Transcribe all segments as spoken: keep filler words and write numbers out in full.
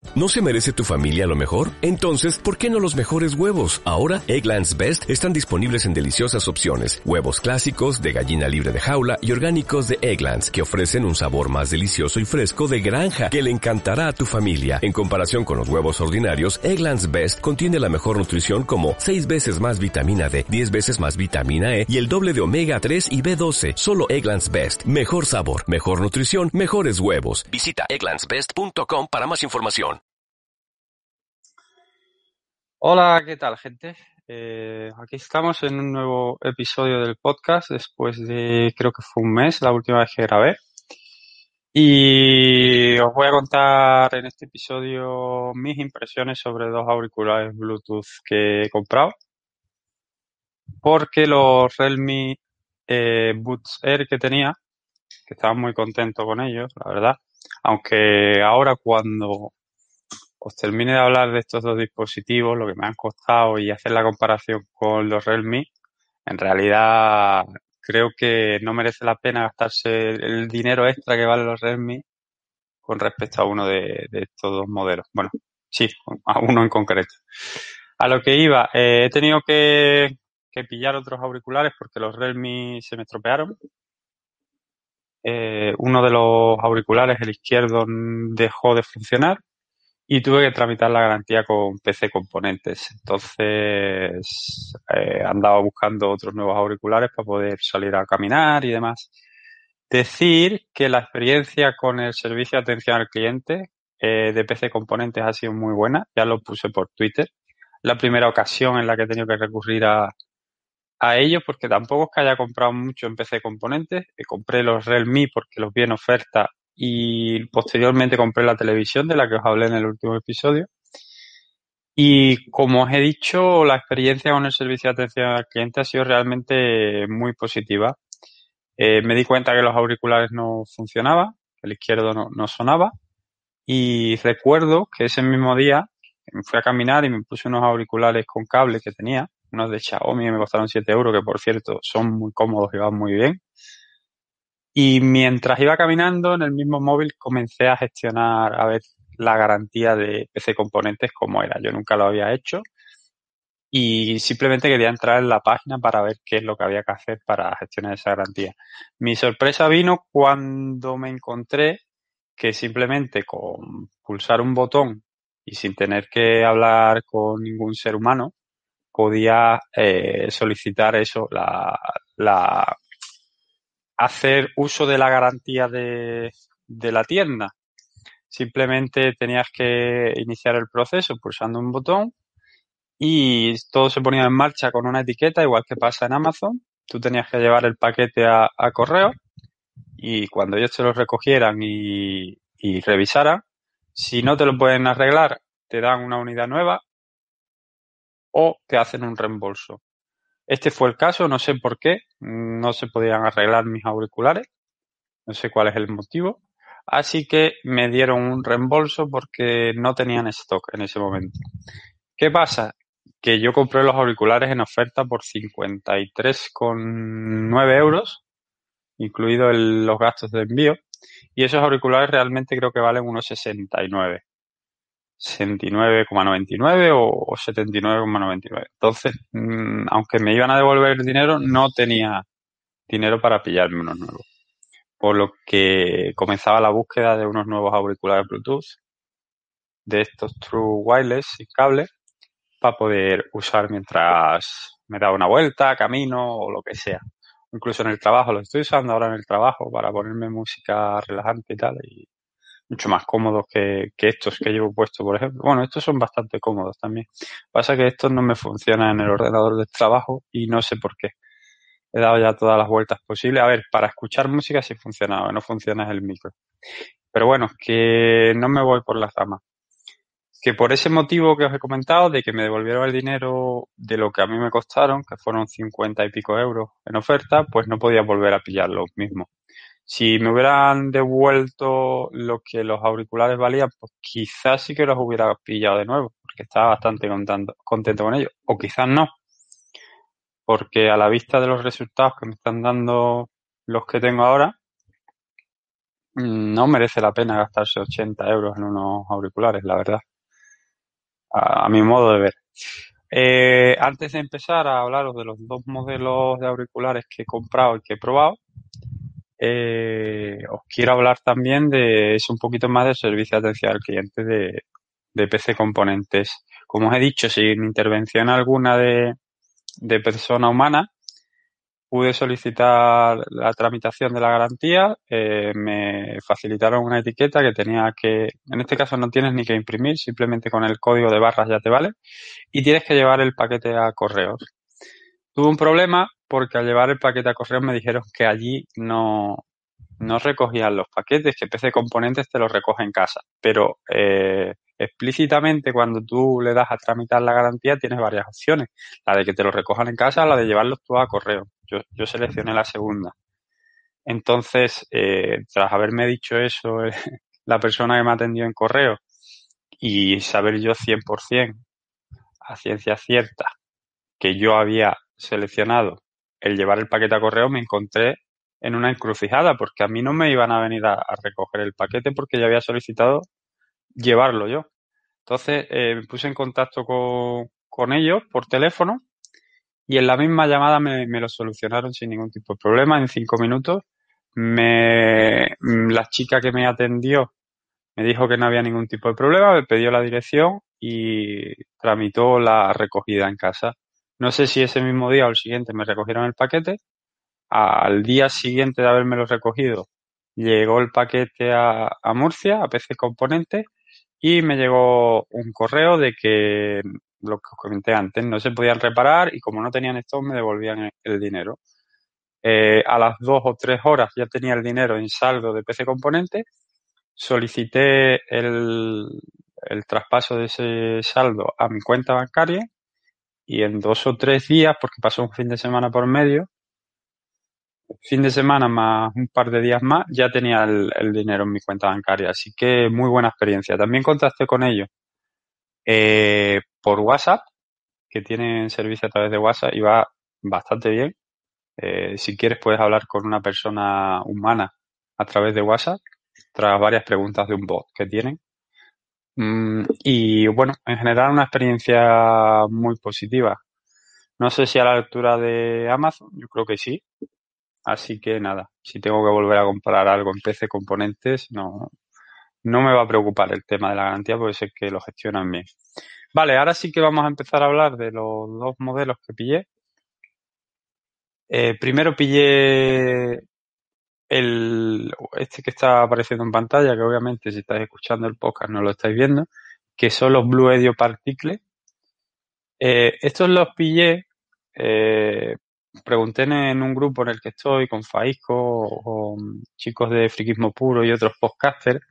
¿No se merece tu familia lo mejor? Entonces, ¿por qué no los mejores huevos? Ahora, Eggland's Best están disponibles en deliciosas opciones. Huevos clásicos, de gallina libre de jaula y orgánicos de Eggland's, que ofrecen un sabor más delicioso y fresco de granja que le encantará a tu familia. En comparación con los huevos ordinarios, Eggland's Best contiene la mejor nutrición como seis veces más vitamina D, diez veces más vitamina E y el doble de omega tres y B doce. Solo Eggland's Best. Mejor sabor, mejor nutrición, mejores huevos. Visita egglands best punto com para más información. Hola, ¿qué tal, gente? Eh, aquí estamos en un nuevo episodio del podcast después de, creo que fue un mes, la última vez que grabé. Y os voy a contar en este episodio mis impresiones sobre dos auriculares Bluetooth que he comprado. Porque los Realme eh, Buds Air que tenía, que estaba muy contento con ellos, la verdad. Aunque ahora cuando os termine de hablar de estos dos dispositivos, lo que me han costado y hacer la comparación con los Realme, en realidad creo que no merece la pena gastarse el dinero extra que valen los Realme con respecto a uno de, de estos dos modelos. Bueno, sí, a uno en concreto. A lo que iba, eh, he tenido que, que pillar otros auriculares porque los Realme se me estropearon. Eh, uno de los auriculares, el izquierdo, dejó de funcionar y tuve que tramitar la garantía con P C Componentes. Entonces, eh, andaba buscando otros nuevos auriculares para poder salir a caminar y demás. Decir que la experiencia con el servicio de atención al cliente eh, de P C Componentes ha sido muy buena. Ya lo puse por Twitter. La primera ocasión en la que he tenido que recurrir a, a ellos, porque tampoco es que haya comprado mucho en P C Componentes. Eh, compré los Realme porque los vi en oferta y posteriormente compré la televisión de la que os hablé en el último episodio. Y como os he dicho, la experiencia con el servicio de atención al cliente ha sido realmente muy positiva. Eh, me di cuenta que los auriculares no funcionaban, que el izquierdo no, no sonaba. Y recuerdo que ese mismo día me fui a caminar y me puse unos auriculares con cable que tenía, unos de Xiaomi que me costaron siete euros, que por cierto son muy cómodos y van muy bien. Y mientras iba caminando en el mismo móvil comencé a gestionar a ver la garantía de P C Componentes como era. Yo nunca lo había hecho y simplemente quería entrar en la página para ver qué es lo que había que hacer para gestionar esa garantía. Mi sorpresa vino cuando me encontré que simplemente con pulsar un botón y sin tener que hablar con ningún ser humano podía eh, solicitar eso, la, la hacer uso de la garantía de, de la tienda. Simplemente tenías que iniciar el proceso pulsando un botón y todo se ponía en marcha con una etiqueta, igual que pasa en Amazon. Tú tenías que llevar el paquete a, a correo y cuando ellos te lo recogieran y, y revisaran, si no te lo pueden arreglar, te dan una unidad nueva o te hacen un reembolso. Este fue el caso, no sé por qué, no se podían arreglar mis auriculares, no sé cuál es el motivo. Así que me dieron un reembolso porque no tenían stock en ese momento. ¿Qué pasa? Que yo compré los auriculares en oferta por cincuenta y tres con nueve euros, incluido el, los gastos de envío. Y esos auriculares realmente creo que valen unos sesenta y nueve. sesenta y nueve coma noventa y nueve o, o setenta y nueve coma noventa y nueve. Entonces, mmm, aunque me iban a devolver el dinero, no tenía dinero para pillarme unos nuevos. Por lo que comenzaba la búsqueda de unos nuevos auriculares Bluetooth, de estos True Wireless sin cable, para poder usar mientras me da una vuelta, camino o lo que sea. Incluso en el trabajo, lo estoy usando ahora en el trabajo para ponerme música relajante y tal, y mucho más cómodos que, que estos que llevo puesto, por ejemplo. Bueno, estos son bastante cómodos también. Pasa que estos no me funcionan en el ordenador del trabajo y no sé por qué. He dado ya todas las vueltas posibles. A ver, para escuchar música sí funcionaba, no funciona es el micro. Pero bueno, que no me voy por las ramas. Que por ese motivo que os he comentado, de que me devolvieron el dinero de lo que a mí me costaron, que fueron cincuenta y pico euros en oferta, pues no podía volver a pillar los mismos. Si me hubieran devuelto lo que los auriculares valían, pues quizás sí que los hubiera pillado de nuevo, porque estaba bastante contento, contento con ellos. O quizás no, porque a la vista de los resultados que me están dando los que tengo ahora, no merece la pena gastarse ochenta euros en unos auriculares, la verdad, a, a mi modo de ver. Eh, antes de empezar a hablaros de los dos modelos de auriculares que he comprado y que he probado, eh, os quiero hablar también de es un poquito más del servicio de atención al cliente de, de P C Componentes. Como os he dicho, sin intervención alguna de, de persona humana, pude solicitar la tramitación de la garantía, eh, me facilitaron una etiqueta que tenía que, en este caso no tienes ni que imprimir, simplemente con el código de barras ya te vale, y tienes que llevar el paquete a correos. Tuve un problema porque al llevar el paquete a correos me dijeron que allí no, no recogían los paquetes, que P C Componentes te los recoge en casa, pero eh, explícitamente cuando tú le das a tramitar la garantía tienes varias opciones, la de que te los recojan en casa, la de llevarlos tú a correo. Yo, yo seleccioné la segunda. Entonces, eh, tras haberme dicho eso, la persona que me atendió en correo y saber yo cien por ciento a ciencia cierta que yo había seleccionado el llevar el paquete a correo, me encontré en una encrucijada porque a mí no me iban a venir a, a recoger el paquete porque yo había solicitado llevarlo yo. Entonces eh, me puse en contacto con, con ellos por teléfono y en la misma llamada me, me lo solucionaron sin ningún tipo de problema. En cinco minutos me, la chica que me atendió me dijo que no había ningún tipo de problema, me pidió la dirección y tramitó la recogida en casa. No sé si ese mismo día o el siguiente me recogieron el paquete. Al día siguiente de habérmelo recogido, llegó el paquete a, a Murcia, a P C Componentes, y me llegó un correo de que, lo que os comenté antes, no se podían reparar y como no tenían stock me devolvían el, el dinero. Eh, a las dos o tres horas ya tenía el dinero en saldo de P C Componentes, solicité el, el traspaso de ese saldo a mi cuenta bancaria y en dos o tres días, porque pasó un fin de semana por medio, fin de semana más un par de días más, ya tenía el, el dinero en mi cuenta bancaria. Así que muy buena experiencia. También contacté con ellos eh, por WhatsApp, que tienen servicio a través de WhatsApp y va bastante bien. Eh, si quieres puedes hablar con una persona humana a través de WhatsApp, tras varias preguntas de un bot que tienen. Mm, y bueno, en general una experiencia muy positiva. No sé si a la altura de Amazon, yo creo que sí. Así que nada, si tengo que volver a comprar algo en P C Componentes, no, no me va a preocupar el tema de la garantía porque sé que lo gestionan bien. Vale, ahora sí que vamos a empezar a hablar de los dos modelos que pillé. Eh, primero pillé el, este que está apareciendo en pantalla, que obviamente si estáis escuchando el podcast no lo estáis viendo, que son los Blue Edio Particle. Eh, estos los pillé, eh, pregunté en, en un grupo en el que estoy con Faisco o, o chicos de Friquismo Puro y otros podcasters,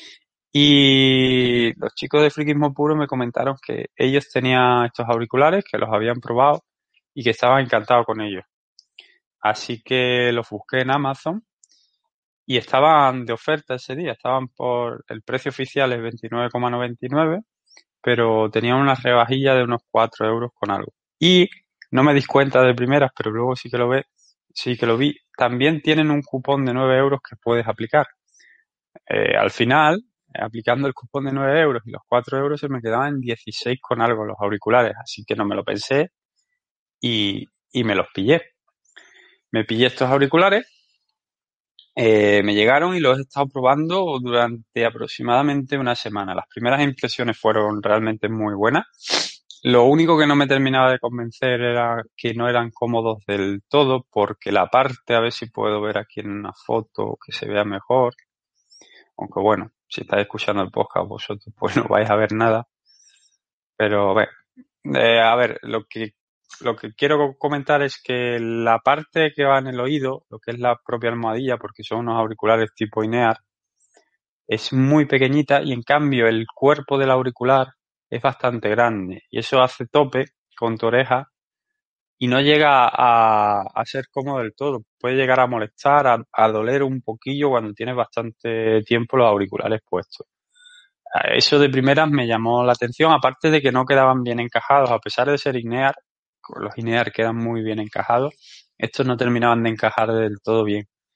y los chicos de Friquismo Puro me comentaron que ellos tenían estos auriculares, que los habían probado y que estaban encantados con ellos. Así que los busqué en Amazon y estaban de oferta ese día, estaban por el precio oficial es veintinueve coma noventa y nueve, pero tenían una rebajilla de unos cuatro euros con algo. Y no me di cuenta de primeras, pero luego sí que lo ve, sí que lo vi. También tienen un cupón de nueve euros que puedes aplicar. Eh, al final, eh, aplicando el cupón de nueve euros y los cuatro euros, se me quedaban dieciséis con algo los auriculares. Así que no me lo pensé y, y me los pillé. Me pillé estos auriculares, eh, me llegaron y los he estado probando durante aproximadamente una semana. Las primeras impresiones fueron realmente muy buenas. Lo único que no me terminaba de convencer era que no eran cómodos del todo, porque la parte, a ver si puedo ver aquí en una foto que se vea mejor, aunque bueno, si estáis escuchando el podcast vosotros pues no vais a ver nada, pero bueno, eh, a ver, lo que, lo que quiero comentar es que la parte que va en el oído, lo que es la propia almohadilla, porque son unos auriculares tipo INEAR, es muy pequeñita y en cambio el cuerpo del auricular es bastante grande y eso hace tope con tu oreja y no llega a, a ser cómodo del todo. Puede llegar a molestar, a, a doler un poquillo cuando tienes bastante tiempo los auriculares puestos. Eso de primeras me llamó la atención, aparte de que no quedaban bien encajados, a pesar de ser INEAR, los INEAR quedan muy bien encajados, estos no terminaban de encajar del todo bien.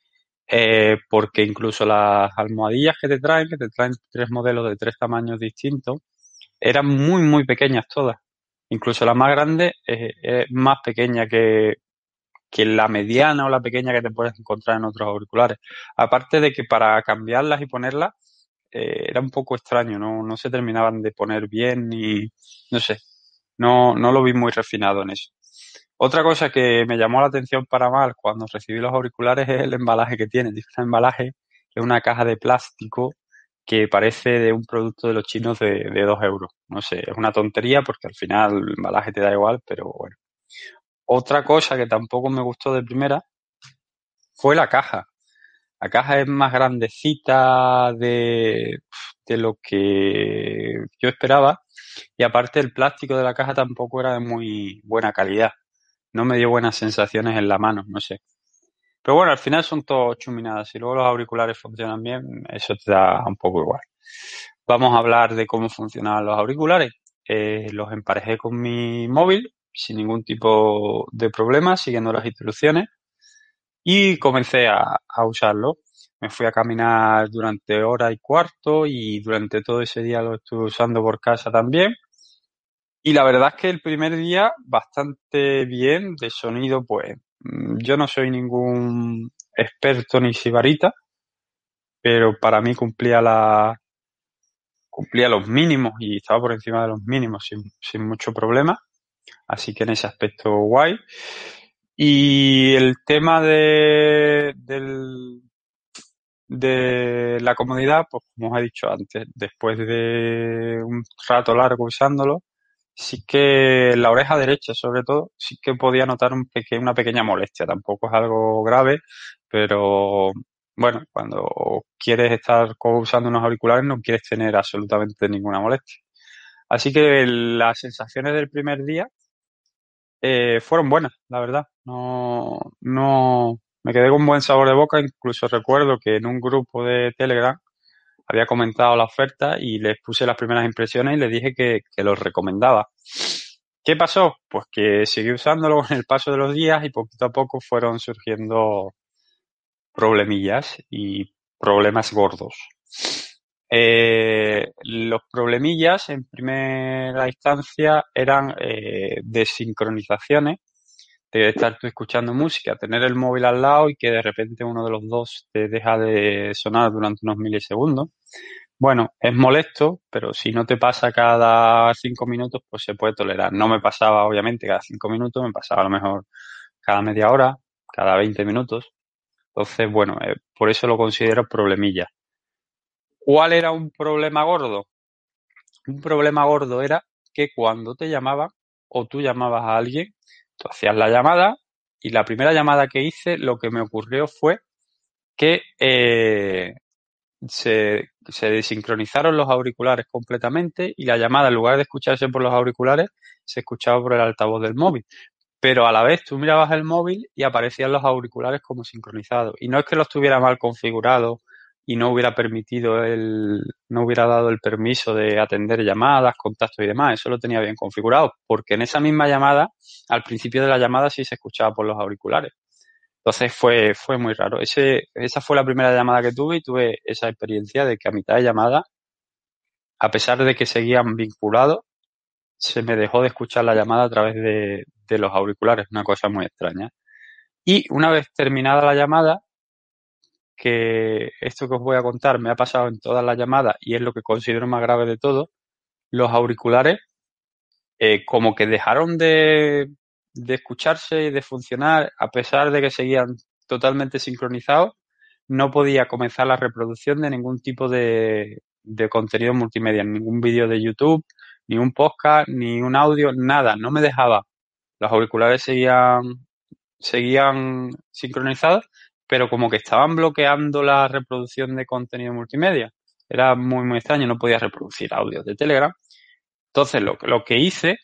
eh, porque incluso las almohadillas que te traen, que te traen tres modelos de tres tamaños distintos, eran muy, muy pequeñas todas. Incluso la más grande es, es más pequeña que, que la mediana o la pequeña que te puedes encontrar en otros auriculares. Aparte de que para cambiarlas y ponerlas eh, era un poco extraño, no, no se terminaban de poner bien ni, no sé, no, no lo vi muy refinado en eso. Otra cosa que me llamó la atención para mal cuando recibí los auriculares es el embalaje que tiene. Tiene un embalaje que es una caja de plástico que parece de un producto de los chinos de, de dos euros. No sé, es una tontería porque al final el embalaje te da igual, pero bueno. Otra cosa que tampoco me gustó de primera fue la caja. La caja es más grandecita de, de lo que yo esperaba y aparte el plástico de la caja tampoco era de muy buena calidad. No me dio buenas sensaciones en la mano, no sé. Pero bueno, al final son todos chuminadas. Si luego los auriculares funcionan bien, eso te da un poco igual. Vamos a hablar de cómo funcionan los auriculares. Eh, los emparejé con mi móvil sin ningún tipo de problema, siguiendo las instrucciones y comencé a, a usarlo. Me fui a caminar durante hora y cuarto y durante todo ese día lo estuve usando por casa también. Y la verdad es que el primer día bastante bien, de sonido pues mm, yo no soy ningún experto ni sibarita, pero para mí cumplía la cumplía los mínimos y estaba por encima de los mínimos sin, sin mucho problema. Así que en ese aspecto guay. Y el tema de, del, de la comodidad, pues como os he dicho antes, después de un rato largo usándolo, sí que la oreja derecha, sobre todo, sí que podía notar un peque- una pequeña molestia. Tampoco es algo grave, pero bueno, cuando quieres estar co- usando unos auriculares no quieres tener absolutamente ninguna molestia. Así que las sensaciones del primer día eh, fueron buenas, la verdad. No, no, me quedé con buen sabor de boca. Incluso recuerdo que en un grupo de Telegram había comentado la oferta y les puse las primeras impresiones y les dije que, que los recomendaba. ¿Qué pasó? Pues que seguí usándolo con el paso de los días y poquito a poco fueron surgiendo problemillas y problemas gordos. Eh, los problemillas en primera instancia eran eh, desincronizaciones de estar tú escuchando música, tener el móvil al lado y que de repente uno de los dos te deja de sonar durante unos milisegundos. Bueno, es molesto, pero si no te pasa cada cinco minutos, pues se puede tolerar. No me pasaba, obviamente, cada cinco minutos, me pasaba a lo mejor cada media hora, cada veinte minutos. Entonces, bueno, eh, por eso lo considero problemilla. ¿Cuál era un problema gordo? Un problema gordo era que cuando te llamaban o tú llamabas a alguien, tú hacías la llamada y la primera llamada que hice, lo que me ocurrió fue que eh, se, se desincronizaron los auriculares completamente y la llamada, en lugar de escucharse por los auriculares, se escuchaba por el altavoz del móvil. Pero a la vez tú mirabas el móvil y aparecían los auriculares como sincronizados. Y no es que los tuviera mal configurado y no hubiera permitido el, no hubiera dado el permiso de atender llamadas, contactos y demás. Eso lo tenía bien configurado, porque en esa misma llamada, al principio de la llamada sí se escuchaba por los auriculares. Entonces fue, fue muy raro. Ese, esa fue la primera llamada que tuve y tuve esa experiencia de que a mitad de llamada, a pesar de que seguían vinculados, se me dejó de escuchar la llamada a través de, de los auriculares, una cosa muy extraña. Y una vez terminada la llamada, que esto que os voy a contar me ha pasado en todas las llamadas y es lo que considero más grave de todo, los auriculares eh, como que dejaron de, de escucharse y de funcionar a pesar de que seguían totalmente sincronizados, no podía comenzar la reproducción de ningún tipo de, de contenido multimedia, ningún vídeo de YouTube, ni un podcast, ni un audio, nada, no me dejaba. Los auriculares seguían, seguían sincronizados, pero como que estaban bloqueando la reproducción de contenido multimedia. Era muy, muy extraño, no podía reproducir audios de Telegram. Entonces, lo, lo que hice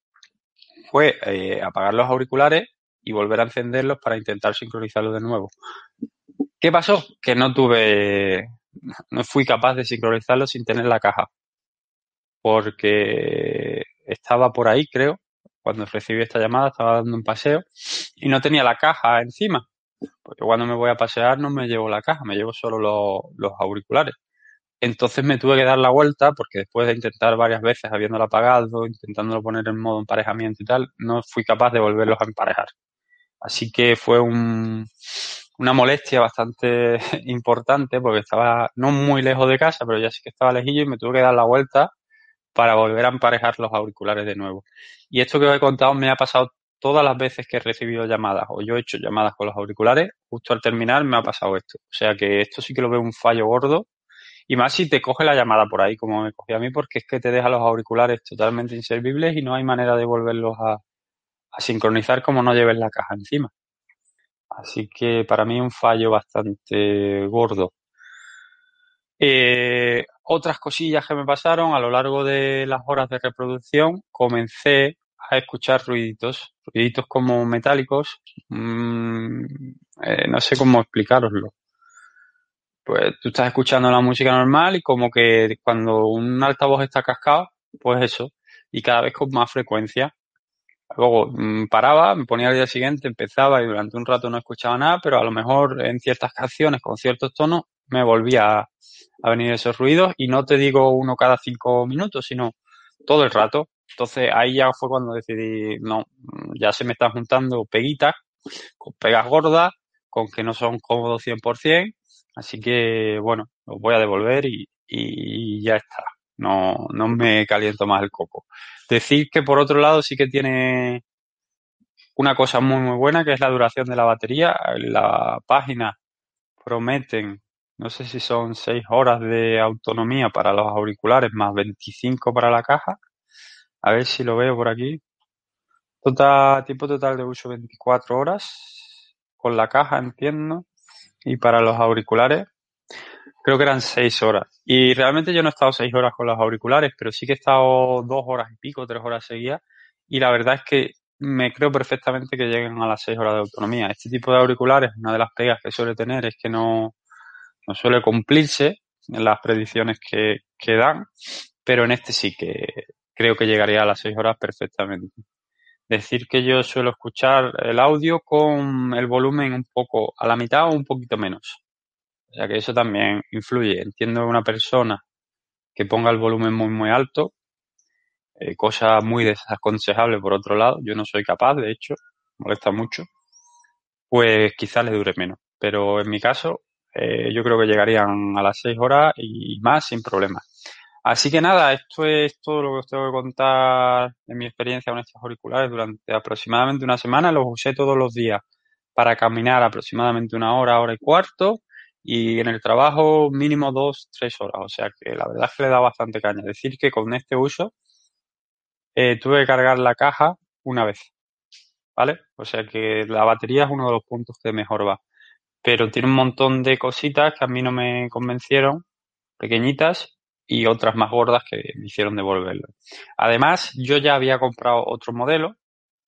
fue eh, apagar los auriculares y volver a encenderlos para intentar sincronizarlos de nuevo. ¿Qué pasó? Que no tuve, no fui capaz de sincronizarlos sin tener la caja, porque estaba por ahí, creo, cuando recibí esta llamada, estaba dando un paseo y no tenía la caja encima. Porque cuando me voy a pasear no me llevo la caja, me llevo solo los, los auriculares. Entonces me tuve que dar la vuelta porque después de intentar varias veces habiéndolo apagado, intentándolo poner en modo emparejamiento y tal, no fui capaz de volverlos a emparejar. Así que fue un, una molestia bastante importante porque estaba no muy lejos de casa, pero ya sí que estaba lejillo y me tuve que dar la vuelta para volver a emparejar los auriculares de nuevo. Y esto que os he contado me ha pasado todas las veces que he recibido llamadas o yo he hecho llamadas con los auriculares, justo al terminar me ha pasado esto. O sea que esto sí que lo veo un fallo gordo. Y más si te coge la llamada por ahí, como me cogió a mí, porque es que te deja los auriculares totalmente inservibles y no hay manera de volverlos a, a sincronizar como no lleves la caja encima. Así que para mí un fallo bastante gordo. Eh, otras cosillas que me pasaron a lo largo de las horas de reproducción, comencé a escuchar ruiditos, ruiditos como metálicos, mmm, eh, no sé cómo explicároslo. Pues tú estás escuchando la música normal y como que cuando un altavoz está cascado, pues eso, y cada vez con más frecuencia. Luego mmm, paraba, me ponía al día siguiente, empezaba y durante un rato no escuchaba nada, pero a lo mejor en ciertas canciones con ciertos tonos me volvía a, a venir esos ruidos y no te digo uno cada cinco minutos, sino todo el rato. Entonces ahí ya fue cuando decidí, no, ya se me están juntando peguitas, con pegas gordas, con que no son cómodos cien por ciento, así que bueno, los voy a devolver y, y ya está. No, no me caliento más el coco. Decir que por otro lado sí que tiene una cosa muy muy buena que es la duración de la batería. En la página prometen, no sé si son seis horas de autonomía para los auriculares más veinticinco para la caja. A ver si lo veo por aquí. Total, tiempo total de uso veinticuatro horas con la caja, entiendo. Y para los auriculares creo que eran seis horas. Y realmente yo no he estado seis horas con los auriculares, pero sí que he estado dos horas y pico, tres horas seguidas. Y la verdad es que me creo perfectamente que lleguen a las seis horas de autonomía. Este tipo de auriculares, una de las pegas que suele tener es que no, no suele cumplirse en las predicciones que, que dan, pero en este sí que creo que llegaría a las seis horas perfectamente. Decir que yo suelo escuchar el audio con el volumen un poco a la mitad o un poquito menos. O sea que eso también influye. Entiendo una persona que ponga el volumen muy muy alto, eh, cosa muy desaconsejable por otro lado. Yo no soy capaz, de hecho, molesta mucho. Pues quizás le dure menos. Pero en mi caso, eh, yo creo que llegarían a las seis horas y más sin problema. Así que nada, esto es todo lo que os tengo que contar de mi experiencia con estos auriculares durante aproximadamente una semana. Los usé todos los días para caminar aproximadamente una hora, hora y cuarto, y en el trabajo mínimo dos, tres horas. O sea que la verdad es que le da bastante caña. Decir que con este uso eh, tuve que cargar la caja una vez, ¿vale? O sea que la batería es uno de los puntos que mejor va. Pero tiene un montón de cositas que a mí no me convencieron, pequeñitas, y otras más gordas que me hicieron devolverlo. Además, yo ya había comprado otro modelo.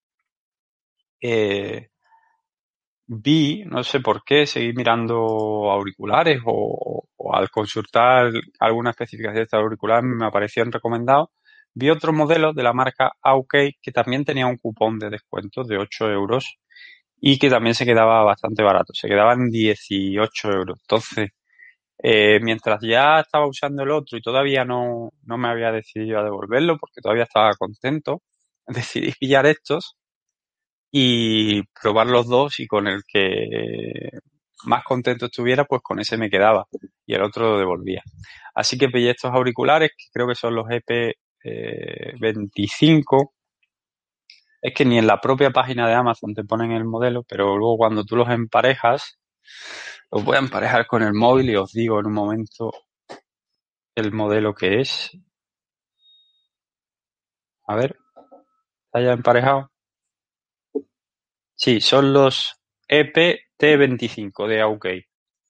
Eh, vi, no sé por qué, seguí mirando auriculares o, o al consultar alguna especificación de estos auriculares me aparecían recomendados. Vi otro modelo de la marca A U K que también tenía un cupón de descuento de ocho euros y que también se quedaba bastante barato, se quedaba en dieciocho euros. Entonces, eh, mientras ya estaba usando el otro y todavía no, no me había decidido a devolverlo porque todavía estaba contento, decidí pillar estos y probar los dos y con el que más contento estuviera, pues con ese me quedaba y el otro lo devolvía. Así que pillé estos auriculares, que creo que son los E P veinticinco. Es que ni en la propia página de Amazon te ponen el modelo, pero luego cuando tú los emparejas, los voy a emparejar con el móvil y os digo en un momento el modelo que es. A ver, ¿está ya emparejado? Sí, son los E P T veinticinco de A U K.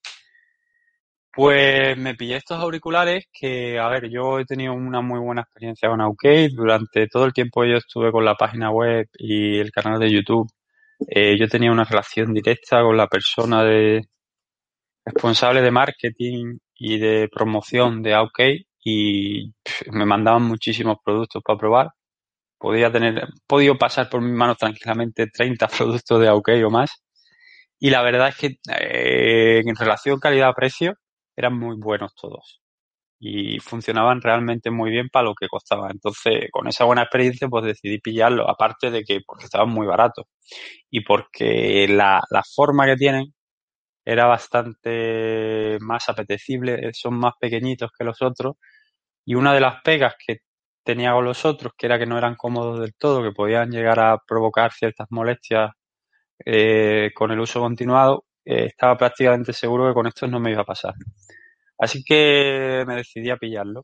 Pues me pillé estos auriculares que, a ver, yo he tenido una muy buena experiencia con A U K. Durante todo el tiempo que yo estuve con la página web y el canal de YouTube, eh, yo tenía una relación directa con la persona de responsable de marketing y de promoción de A U K y pff, me mandaban muchísimos productos para probar. Podía tener, podido pasar por mis manos tranquilamente treinta productos de A U K o más. Y la verdad es que eh, en relación calidad-precio eran muy buenos todos y funcionaban realmente muy bien para lo que costaba. Entonces, con esa buena experiencia, pues decidí pillarlo, aparte de que porque estaban muy baratos y porque la, la forma que tienen era bastante más apetecible, son más pequeñitos que los otros. Y una de las pegas que tenía con los otros, que era que no eran cómodos del todo, que podían llegar a provocar ciertas molestias eh, con el uso continuado, eh, estaba prácticamente seguro que con estos no me iba a pasar. Así que me decidí a pillarlo.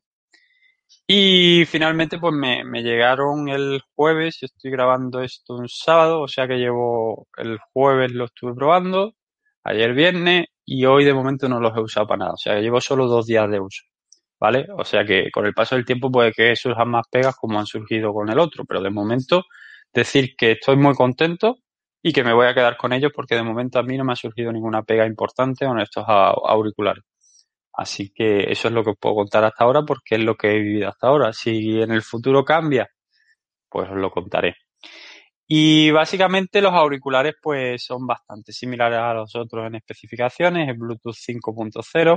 Y finalmente pues me, me llegaron el jueves, yo estoy grabando esto un sábado, o sea que llevo el jueves lo estuve probando, ayer viernes y hoy de momento no los he usado para nada, o sea que llevo solo dos días de uso, ¿vale? O sea que con el paso del tiempo puede que surjan más pegas como han surgido con el otro, pero de momento decir que estoy muy contento y que me voy a quedar con ellos porque de momento a mí no me ha surgido ninguna pega importante con estos a- auriculares. Así que eso es lo que os puedo contar hasta ahora porque es lo que he vivido hasta ahora. Si en el futuro cambia, pues os lo contaré. Y básicamente los auriculares pues son bastante similares a los otros en especificaciones, es Bluetooth cinco punto cero,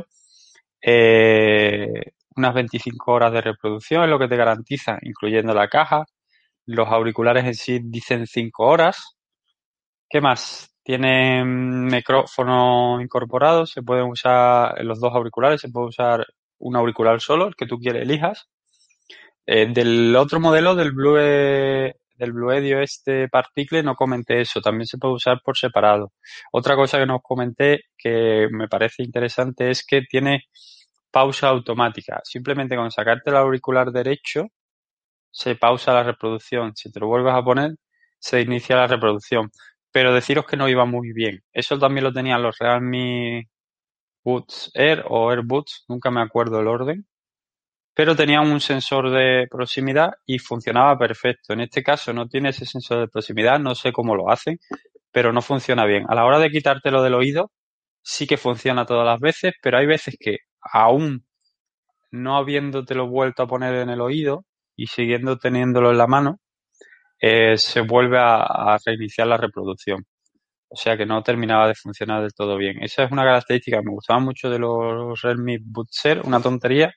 eh, unas veinticinco horas de reproducción es lo que te garantiza, incluyendo la caja. Los auriculares en sí dicen cinco horas. ¿Qué más? Tienen micrófono incorporado, se pueden usar en los dos auriculares, se puede usar un auricular solo, el que tú quieres elijas. Eh, del otro modelo, del Blue, del Bluedio este Particle, no comenté eso, también se puede usar por separado. Otra cosa que no os comenté que me parece interesante es que tiene pausa automática. Simplemente con sacarte el auricular derecho se pausa la reproducción. Si te lo vuelves a poner, se inicia la reproducción. Pero deciros que no iba muy bien. Eso también lo tenían los Realme Buds Air o AirBuds, nunca me acuerdo el orden. Pero tenían un sensor de proximidad y funcionaba perfecto. En este caso no tiene ese sensor de proximidad, no sé cómo lo hacen, pero no funciona bien. A la hora de quitártelo del oído, sí que funciona todas las veces, pero hay veces que aún no habiéndotelo vuelto a poner en el oído y siguiendo teniéndolo en la mano, eh, se vuelve a, a reiniciar la reproducción. O sea que no terminaba de funcionar del todo bien. Esa es una característica que me gustaba mucho de los Realme Buds Air, una tontería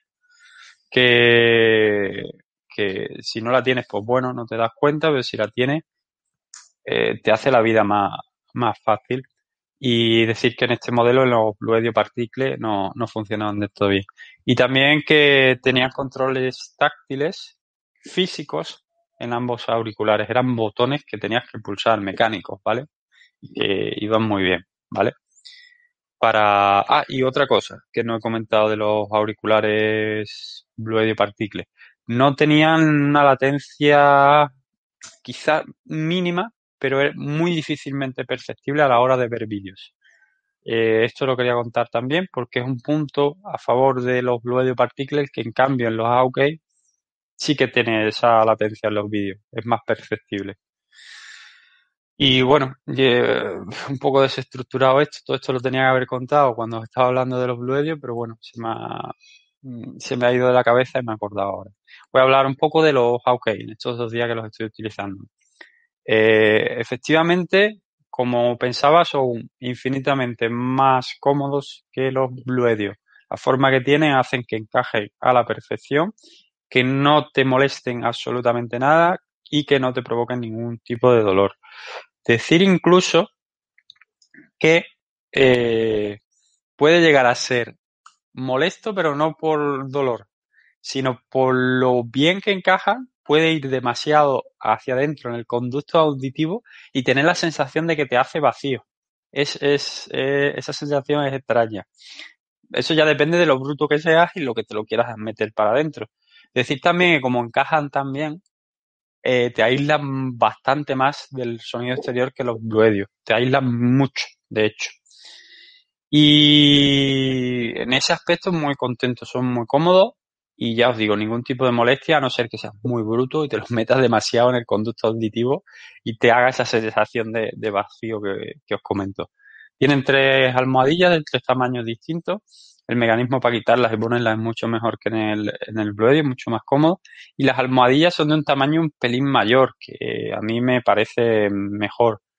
que, que si no la tienes, pues bueno, no te das cuenta, pero si la tienes, eh, te hace la vida más, más fácil. Y decir que en este modelo, en los Bluedio Particle, no, no funcionaban del todo bien. Y también que tenían controles táctiles físicos en ambos auriculares. Eran botones que tenías que pulsar, mecánicos, ¿vale? Y que iban muy bien, ¿vale? Para... Ah, y otra cosa que no he comentado de los auriculares Bluedio Particle. No tenían una latencia quizá mínima, pero es muy difícilmente perceptible a la hora de ver vídeos. Eh, esto lo quería contar también porque es un punto a favor de los Bluedio Particle que en cambio en los A U K sí que tiene esa latencia en los vídeos, es más perceptible. Y bueno, un poco desestructurado esto, todo esto lo tenía que haber contado cuando estaba hablando de los Bluedio, pero bueno, se me ha, se me ha ido de la cabeza y me he acordado ahora. Voy a hablar un poco de los A U K en estos dos días que los estoy utilizando. Eh, efectivamente, como pensaba, son infinitamente más cómodos que los Bluedio. La forma que tienen hacen que encajen a la perfección, que no te molesten absolutamente nada y que no te provoquen ningún tipo de dolor. Decir incluso que eh, puede llegar a ser molesto, pero no por dolor, sino por lo bien que encaja, puede ir demasiado hacia adentro en el conducto auditivo y tener la sensación de que te hace vacío. Es, es, eh, esa sensación es extraña. Eso ya depende de lo bruto que seas y lo que te lo quieras meter para adentro. Decir también que como encajan tan bien, eh, te aíslan bastante más del sonido exterior que los Bluedio. Te aíslan mucho, de hecho. Y en ese aspecto muy contento, son muy cómodos y ya os digo, ningún tipo de molestia, a no ser que seas muy bruto y te los metas demasiado en el conducto auditivo y te haga esa sensación de, de vacío que, que os comento. Tienen tres almohadillas de tres tamaños distintos. El mecanismo para quitarlas y ponerlas es mucho mejor que en el, en el Bluedio, mucho más cómodo. Y las almohadillas son de un tamaño un pelín mayor, que a mí me parece mejor.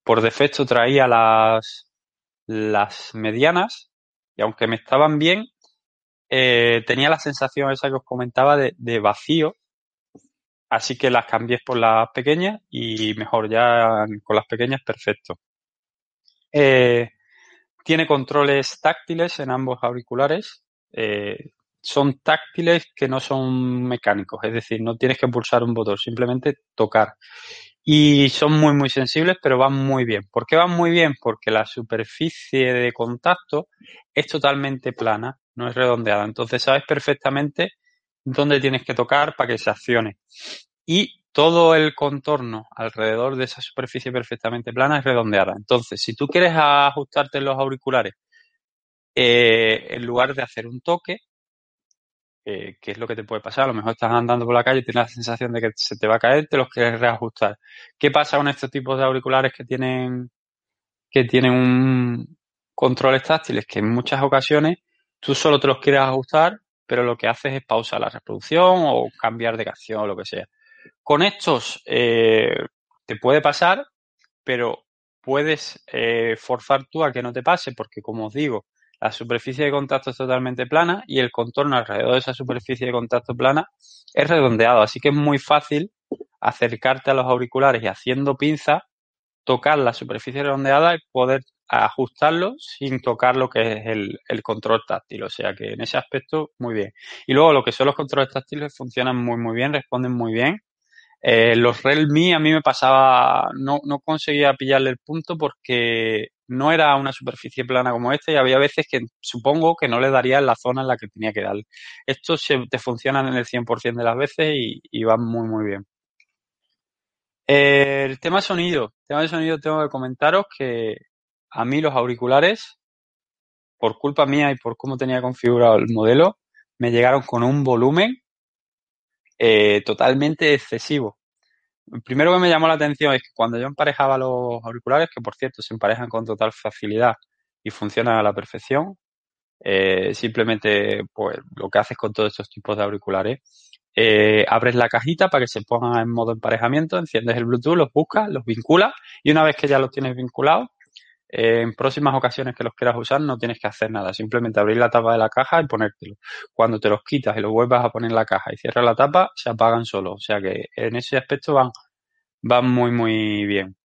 por defecto traía las, las medianas y aunque me estaban bien, eh, tenía la sensación esa que os comentaba de, de vacío, así que las cambié por las pequeñas y mejor, ya con las pequeñas perfecto. Eh, tiene controles táctiles en ambos auriculares. Eh, son táctiles que no son mecánicos, es decir, no tienes que pulsar un botón, simplemente tocar. Y son muy, muy sensibles, pero van muy bien. ¿Por qué van muy bien? Porque la superficie de contacto es totalmente plana, no es redondeada. Entonces sabes perfectamente dónde tienes que tocar para que se accione. Y todo el contorno alrededor de esa superficie perfectamente plana es redondeada. Entonces, si tú quieres ajustarte los auriculares, eh, en lugar de hacer un toque, eh, ¿qué es lo que te puede pasar? A lo mejor estás andando por la calle y tienes la sensación de que se te va a caer, te los quieres reajustar. ¿Qué pasa con estos tipos de auriculares que tienen, que tienen un controles táctiles? Que en muchas ocasiones tú solo te los quieres ajustar, pero lo que haces es pausar la reproducción o cambiar de canción o lo que sea. Con estos eh, te puede pasar, pero puedes eh, forzar tú a que no te pase, porque como os digo, la superficie de contacto es totalmente plana y el contorno alrededor de esa superficie de contacto plana es redondeado, así que es muy fácil acercarte a los auriculares y haciendo pinza tocar la superficie redondeada y poder ajustarlo sin tocar lo que es el, el control táctil, o sea que en ese aspecto muy bien. Y luego lo que son los controles táctiles funcionan muy muy bien, responden muy bien. Eh, los Realme a mí me pasaba, no, no conseguía pillarle el punto porque no era una superficie plana como esta y había veces que supongo que no le daría en la zona en la que tenía que darle. Estos se, te funcionan en el cien por ciento de las veces y, y van muy muy bien. Eh, el tema sonido, el tema de sonido tengo que comentaros que a mí los auriculares, por culpa mía y por cómo tenía configurado el modelo, me llegaron con un volumen eh, totalmente excesivo. Lo primero que me llamó la atención es que cuando yo emparejaba los auriculares, que por cierto se emparejan con total facilidad y funcionan a la perfección, eh, simplemente pues lo que haces con todos estos tipos de auriculares, eh, abres la cajita para que se pongan en modo emparejamiento, enciendes el Bluetooth, los buscas, los vinculas y una vez que ya los tienes vinculados, eh, en próximas ocasiones que los quieras usar no tienes que hacer nada, simplemente abrir la tapa de la caja y ponértelo. Cuando te los quitas y los vuelvas a poner en la caja y cierras la tapa, se apagan solos. O sea que en ese aspecto van, van muy, muy bien.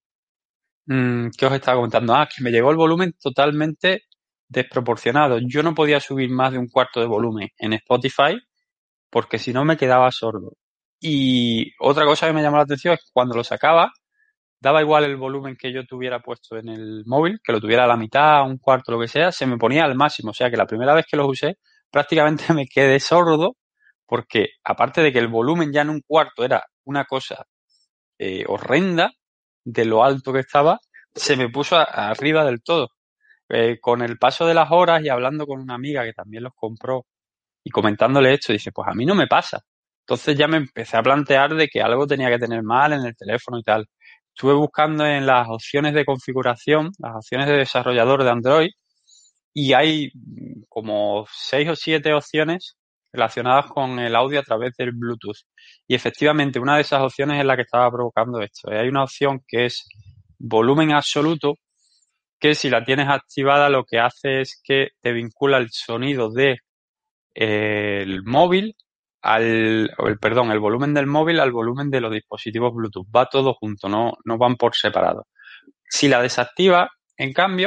Mm, ¿qué os estaba comentando? Ah, que me llegó el volumen totalmente desproporcionado. Yo no podía subir más de un cuarto de volumen en Spotify porque si no me quedaba sordo. Y otra cosa que me llamó la atención es que cuando lo sacaba, daba igual el volumen que yo tuviera puesto en el móvil, que lo tuviera a la mitad, un cuarto, lo que sea, se me ponía al máximo. O sea que la primera vez que los usé, prácticamente me quedé sordo, porque aparte de que el volumen ya en un cuarto era una cosa eh, horrenda de lo alto que estaba, se me puso a- arriba del todo. Eh, con el paso de las horas y hablando con una amiga que también los compró y comentándole esto, dice, pues a mí no me pasa. Entonces ya me empecé a plantear de que algo tenía que tener mal en el teléfono y tal. Estuve buscando en las opciones de configuración, las opciones de desarrollador de Android, y hay mm, como seis o siete opciones relacionadas con el audio a través del Bluetooth. Y efectivamente, una de esas opciones es la que estaba provocando esto. Hay una opción que es volumen absoluto, que si la tienes activada lo que hace es que te vincula el sonido de eh, el móvil al, o el, perdón, el volumen del móvil al volumen de los dispositivos Bluetooth. Va todo junto, no, no van por separado. Si la desactiva, en cambio,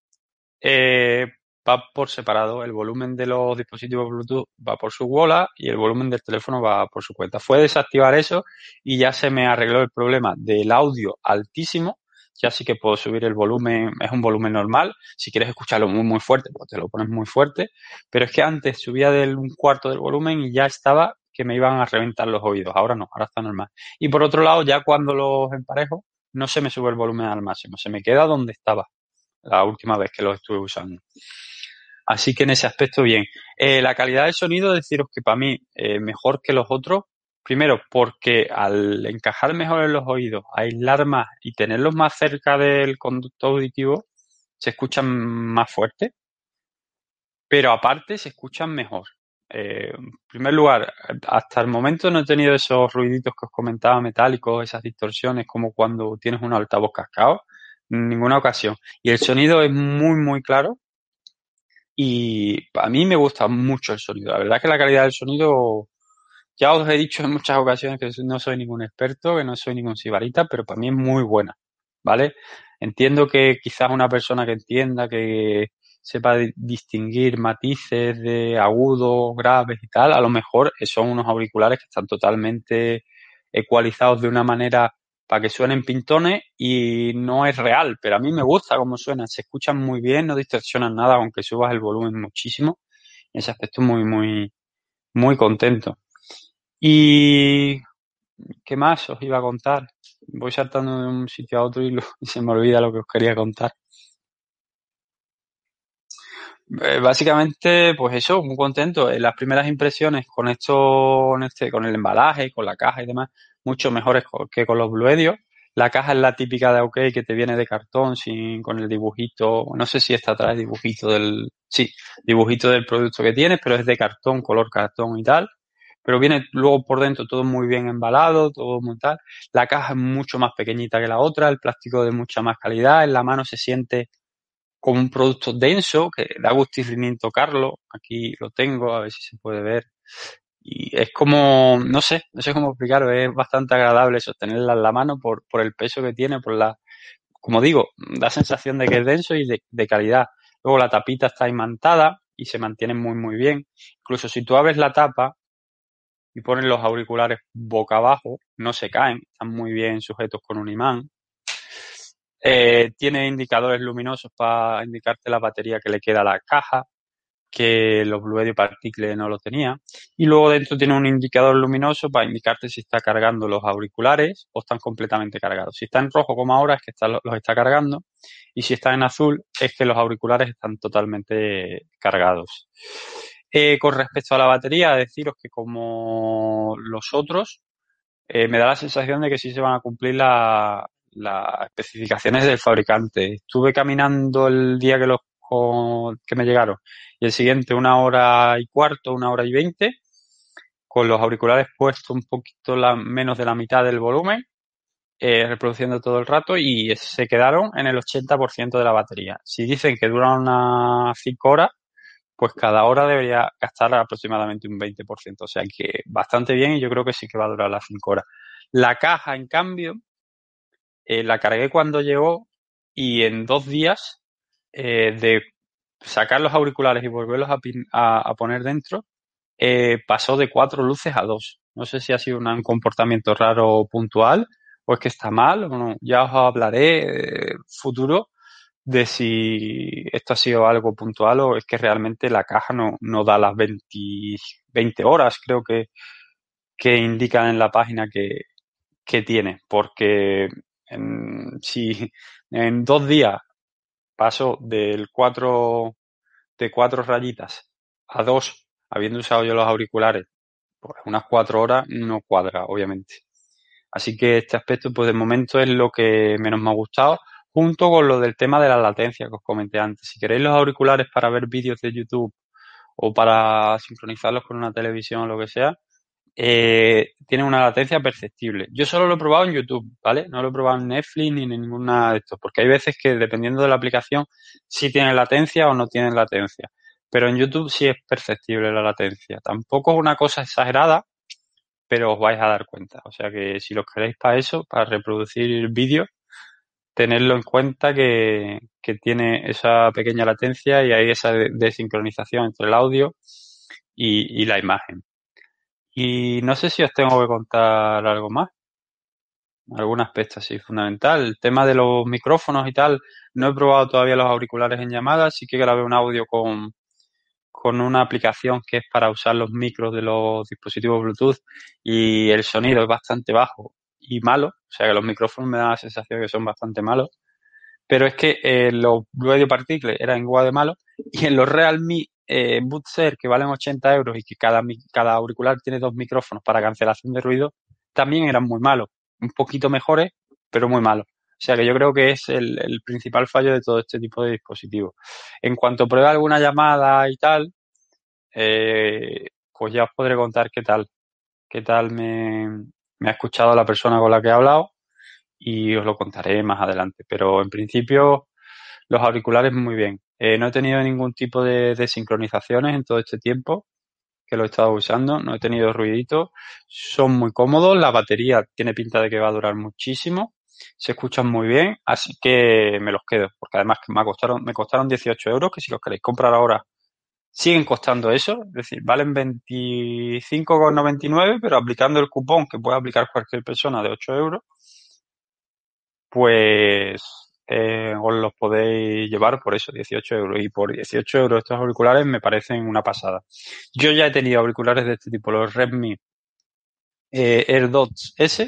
eh, va por separado. El volumen de los dispositivos Bluetooth va por su bola y el volumen del teléfono va por su cuenta. Fue desactivar eso y ya se me arregló el problema del audio altísimo. Ya sí que puedo subir el volumen, es un volumen normal. Si quieres escucharlo muy, muy fuerte, pues te lo pones muy fuerte. Pero es que antes subía del un cuarto del volumen y ya estaba que me iban a reventar los oídos. Ahora no, ahora está normal. Y por otro lado, ya cuando los emparejo, no se me sube el volumen al máximo, se me queda donde estaba la última vez que los estuve usando. Así que en ese aspecto, bien. Eh, la calidad del sonido, deciros que para mí eh, mejor que los otros. Primero, porque al encajar mejor en los oídos, aislar más y tenerlos más cerca del conducto auditivo, se escuchan más fuerte, pero aparte se escuchan mejor. Eh, en primer lugar, hasta el momento no he tenido esos ruiditos que os comentaba metálicos, esas distorsiones, como cuando tienes un altavoz cascado. en ninguna ocasión. Y el sonido es muy, muy claro y a mí me gusta mucho el sonido. La verdad es que la calidad del sonido, ya os he dicho en muchas ocasiones que no soy ningún experto, que no soy ningún sibarita, pero para mí es muy buena, ¿vale? Entiendo que quizás una persona que entienda, que sepa di- distinguir matices de agudos, graves y tal, a lo mejor son unos auriculares que están totalmente ecualizados de una manera para que suenen pintones y no es real, pero a mí me gusta cómo suenan, se escuchan muy bien, no distorsionan nada, aunque subas el volumen muchísimo. En ese aspecto muy, muy, muy contento. ¿Y qué más os iba a contar? Voy saltando de un sitio a otro y, lo- y se me olvida lo que os quería contar. Eh, básicamente, pues eso, muy contento. Eh, las primeras impresiones con esto, con este, con el embalaje, con la caja y demás, mucho mejores co- que con los Bluedios. La caja es la típica de OK que te viene de cartón, sin, con el dibujito, no sé si está atrás dibujito del, sí, dibujito del producto que tienes, pero es de cartón, color cartón y tal. Pero viene luego por dentro todo muy bien embalado, todo muy tal. La caja es mucho más pequeñita que la otra, el plástico de mucha más calidad, en la mano se siente como un producto denso que da gustísimo tocarlo. Aquí lo tengo, a ver si se puede ver. Y es como, no sé, no sé cómo explicarlo, es bastante agradable sostenerla en la mano por, por el peso que tiene, por la, como digo, da sensación de que es denso y de, de calidad. Luego la tapita está imantada y se mantiene muy muy bien. Incluso si tú abres la tapa y pones los auriculares boca abajo, no se caen, están muy bien sujetos con un imán. Eh, tiene indicadores luminosos para indicarte la batería que le queda a la caja, que los Bluedio Particle no lo tenía. Y luego dentro tiene un indicador luminoso para indicarte si está cargando los auriculares o están completamente cargados. Si está en rojo como ahora es que está, los está cargando y si está en azul es que los auriculares están totalmente cargados. Eh, con respecto a la batería, deciros que como los otros, eh, me da la sensación de que sí se van a cumplir la- las especificaciones del fabricante. Estuve caminando el día que los co- que me llegaron y el siguiente una hora y cuarto, una hora y veinte, con los auriculares puestos un poquito la- menos de la mitad del volumen, eh, reproduciendo todo el rato y se quedaron en el ochenta por ciento de la batería. Si dicen que duran unas cinco horas, pues cada hora debería gastar aproximadamente un veinte por ciento. O sea que bastante bien y yo creo que sí que va a durar las cinco horas. La caja, en cambio, eh, la cargué cuando llegó y en dos días eh, de sacar los auriculares y volverlos a, pin- a- a poner dentro, eh, pasó de cuatro luces a dos. No sé si ha sido una- un comportamiento raro puntual o es que está mal o no. Ya os hablaré eh, futuro de si esto ha sido algo puntual o es que realmente la caja no, no da las veinte, veinte horas, creo que, que indican en la página que, que tiene, porque en, si en dos días paso del cuatro, de cuatro rayitas a dos, habiendo usado yo los auriculares, pues unas cuatro horas no cuadra, obviamente. Así que este aspecto, pues de momento es lo que menos me ha gustado, junto con lo del tema de la latencia que os comenté antes. Si queréis los auriculares para ver vídeos de YouTube o para sincronizarlos con una televisión o lo que sea, eh, tiene una latencia perceptible. Yo solo lo he probado en YouTube, ¿vale? No lo he probado en Netflix ni en ninguna de estos, porque hay veces que dependiendo de la aplicación sí tiene latencia o no tiene latencia. Pero en YouTube sí es perceptible la latencia. Tampoco es una cosa exagerada, pero os vais a dar cuenta. O sea que si los queréis para eso, para reproducir vídeos, tenerlo en cuenta que, que tiene esa pequeña latencia y hay esa de- desincronización entre el audio y, y la imagen. Y no sé si os tengo que contar algo más, algún aspecto así fundamental. El tema de los micrófonos y tal, no he probado todavía los auriculares en llamada, sí que grabé un audio con, con una aplicación que es para usar los micros de los dispositivos Bluetooth y el sonido es bastante bajo y malo, o sea que los micrófonos me dan la sensación de que son bastante malos, pero es que eh, los Blue Audio Particle eran igual de malos y en los Realme eh, Buds que valen ochenta euros y que cada, mi- cada auricular tiene dos micrófonos para cancelación de ruido, también eran muy malos, un poquito mejores, pero muy malos. O sea que yo creo que es el, el principal fallo de todo este tipo de dispositivos. En cuanto pruebe alguna llamada y tal, eh, pues ya os podré contar qué tal, qué tal me, me ha escuchado la persona con la que he hablado y os lo contaré más adelante. Pero en principio los auriculares muy bien. Eh, no he tenido ningún tipo de, de sincronizaciones en todo este tiempo que lo he estado usando, no he tenido ruidito, son muy cómodos, la batería tiene pinta de que va a durar muchísimo, se escuchan muy bien, así que me los quedo, porque además que me costaron, me costaron dieciocho euros, que si los queréis comprar ahora siguen costando eso, es decir, valen veinticinco con noventa y nueve, pero aplicando el cupón que puede aplicar cualquier persona de ocho euros, pues eh, os los podéis llevar por eso, dieciocho euros. Y por dieciocho euros estos auriculares me parecen una pasada. Yo ya he tenido auriculares de este tipo, los Redmi eh, AirDots S,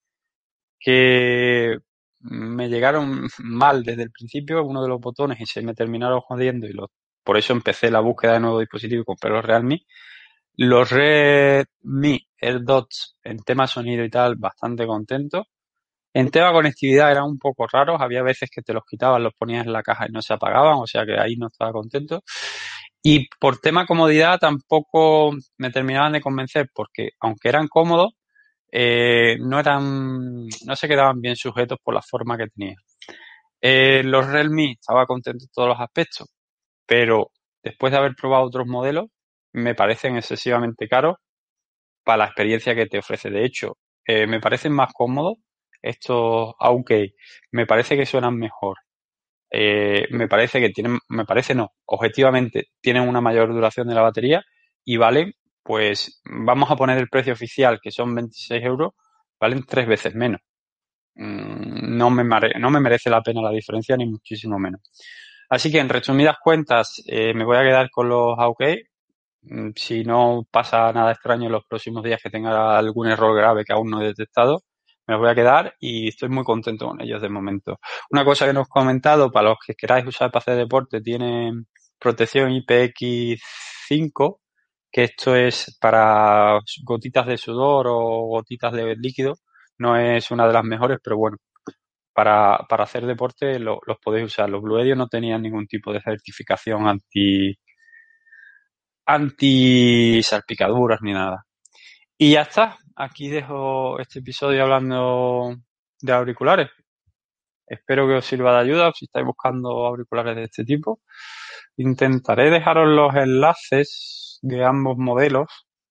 que me llegaron mal desde el principio, uno de los botones, y se me terminaron jodiendo, y los, por eso empecé la búsqueda de nuevo dispositivo y compré los Realme. Los Redmi AirDots en tema sonido y tal, bastante contento. En tema conectividad eran un poco raros, había veces que te los quitabas, los ponías en la caja y no se apagaban, o sea que ahí no estaba contento. Y por tema comodidad tampoco me terminaban de convencer, porque aunque eran cómodos, eh, no eran, no se quedaban bien sujetos por la forma que tenían. Eh, los Realme estaba contento en todos los aspectos, pero después de haber probado otros modelos, me parecen excesivamente caros para la experiencia que te ofrece. De hecho, eh, me parecen más cómodos estos, aunque me parece que suenan mejor. Eh, me parece que tienen, me parece no, objetivamente tienen una mayor duración de la batería y valen, pues vamos a poner el precio oficial, que son veintiséis euros, valen tres veces menos. Mm, No me, mare- no me merece la pena la diferencia, ni muchísimo menos. Así que en resumidas cuentas, eh, me voy a quedar con los A O K. Mm, Si no pasa nada extraño en los próximos días, que tenga algún error grave que aún no he detectado, me los voy a quedar y estoy muy contento con ellos de momento. Una cosa que nos he comentado, para los que queráis usar para hacer deporte, tiene protección I P X cinco, que esto es para gotitas de sudor o gotitas de líquido. No es una de las mejores, pero bueno, para, para hacer deporte lo- los podéis usar. Los Bluedio no tenían ningún tipo de certificación anti anti salpicaduras ni nada. Y ya está. Aquí dejo este episodio hablando de auriculares. Espero que os sirva de ayuda si estáis buscando auriculares de este tipo. Intentaré dejaros los enlaces de ambos modelos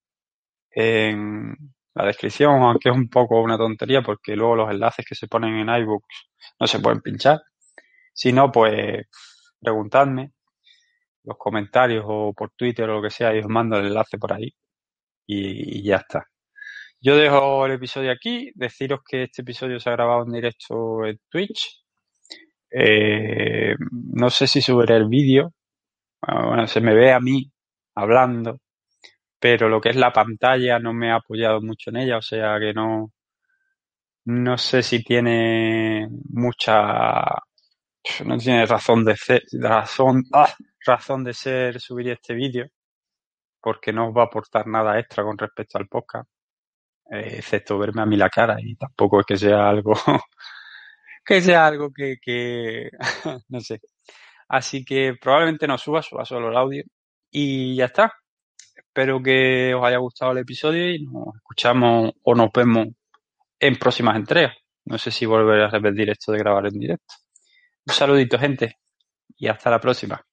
en la descripción, aunque es un poco una tontería porque luego los enlaces que se ponen en iBooks no se pueden pinchar. Si no, pues preguntadme los comentarios o por Twitter o lo que sea y os mando el enlace por ahí y, y ya está. Yo dejo el episodio aquí. Deciros que este episodio se ha grabado en directo en Twitch. Eh, no sé si subiré el vídeo. Bueno, se me ve a mí hablando, pero lo que es la pantalla no me ha apoyado mucho en ella, o sea que no, no sé si tiene mucha, no tiene razón de ser, razón, ¡ah! razón de ser subir este vídeo, porque no os va a aportar nada extra con respecto al podcast, eh, excepto verme a mí la cara, y tampoco es que sea algo que sea algo que, que no sé. Así que probablemente no suba, suba solo el audio. Y ya está. Espero que os haya gustado el episodio y nos escuchamos o nos vemos en próximas entregas. No sé si volveré a repetir esto de grabar en directo. Un saludito, gente, y hasta la próxima.